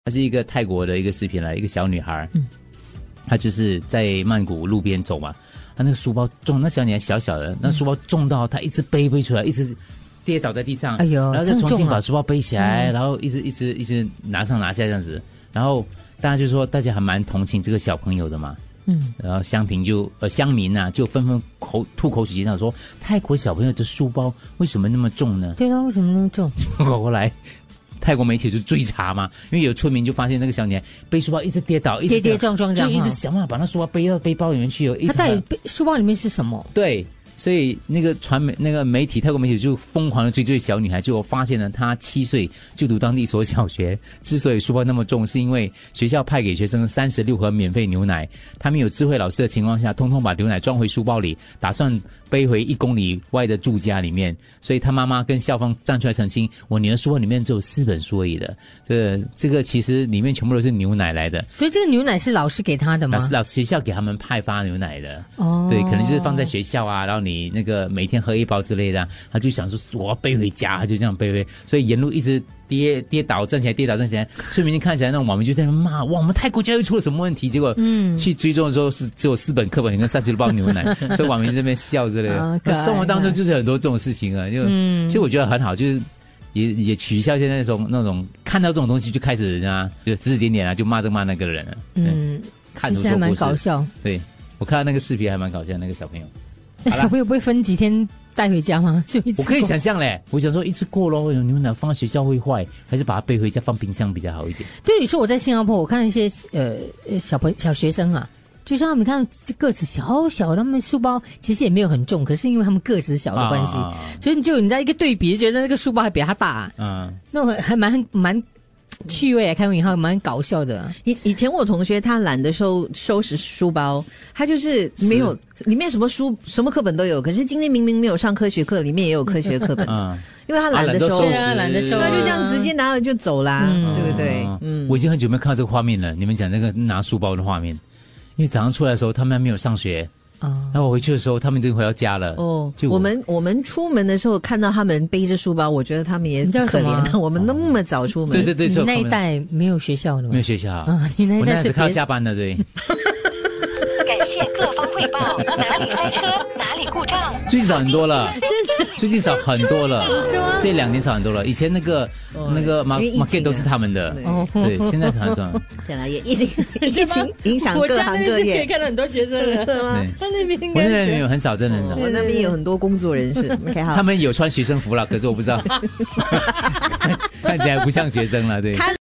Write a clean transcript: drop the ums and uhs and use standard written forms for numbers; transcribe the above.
它是一个泰国的一个视频来，一个小女孩，她就是在曼谷路边走嘛，她那个书包重，那小女孩小小的，那书包重到她一直背出来，一直跌倒在地上， 哎呦， 然后再重新把书包背起来，然后一直拿上拿下这样子，然后大家就说大家还蛮同情这个小朋友的嘛。然后乡民啊就纷纷吐口水，讲说泰国小朋友的书包为什么那么重呢？ 对啊，为什么那么重？ 后来泰国媒体就追查嘛，因为有村民就发现那个小女孩背书包一直跌倒， 跌跌撞撞这样， 就一直想办法把那书包背到背包里面去。 他到底书包里面是什么？ 对。所以那个泰国媒体就疯狂的追这位小女孩，就发现呢，她7岁就读当地一所小学，之所以书包那么重，是因为学校派给学生36盒免费牛奶，他们有智慧老师的情况下，通通把牛奶装回书包里，打算背回1公里外的住家里面。所以他妈妈跟校方站出来澄清，我女儿书包里面只有4本书而已的，这个其实里面全部都是牛奶来的。 所以这个牛奶是老师给他的吗？ 学校给他们派发牛奶的。哦，对，可能就是放在学校啊，然后你那个每天喝1包之类的，他就想说我要背回家，他就这样背回，所以沿路一直跌倒站起来，跌倒站起来，村民看起来那种网民就在那骂，哇，我们泰国教育出了什么问题？结果去追踪的时候是只有4本课本跟36包牛奶，所以网民这边笑之类的。生活当中就是很多这种事情啊，就其实我觉得很好，就是也取消现在那种看到这种东西就开始就指指点点啊，就骂那个人了。看其实还蛮搞笑。 对，我看到那个视频还蛮搞笑，那个小朋友。 那小朋友不会分几天带回家吗？ 我可以想象嘞，我想说一次过咯，牛奶放在学校会坏，还是把它背回家放冰箱比较好一点。 对，你说我在新加坡，我看一些小学生啊，就说他们看个子小小，他们书包其实也没有很重，可是因为他们个子小的关系，所以你在一个对比，就觉得那个书包还比他大。那还蛮趣味开玩笑，蛮搞笑的。 以前我同学他懒得收拾书包，他就是没有里面什么书什么课本都有，可是今天明明没有上科学课，里面也有科学课本，因为他懒得收拾， 懒得收， 他就这样直接拿了就走啦，对不对？ 我已经很久没有看到这个画面了。你们讲那个拿书包的画面，因为早上出来的时候他们还没有上学。然后我回去的时候，他们都回到家了。就我们出门的时候看到他们背着书包，我觉得他们也可怜。我们那么早出门， 对， 你那一代没有学校的吗？ 没有学校你那一代是我那是靠下班的，对。 感谢各方汇报，哪里塞车，哪里故障。 最近少很多了，最近少很多了， 是吗？ 这2年少很多了。以前那个market 都是他们的，对，现在很少。 对了，也疫情影响各行各业， 可以看到很多学生的，对吗？他那边应该我那边有很少，真的很少。 我那边有很多工作人士， 他们有穿学生服了，可是我不知道，看起来不像学生了，对。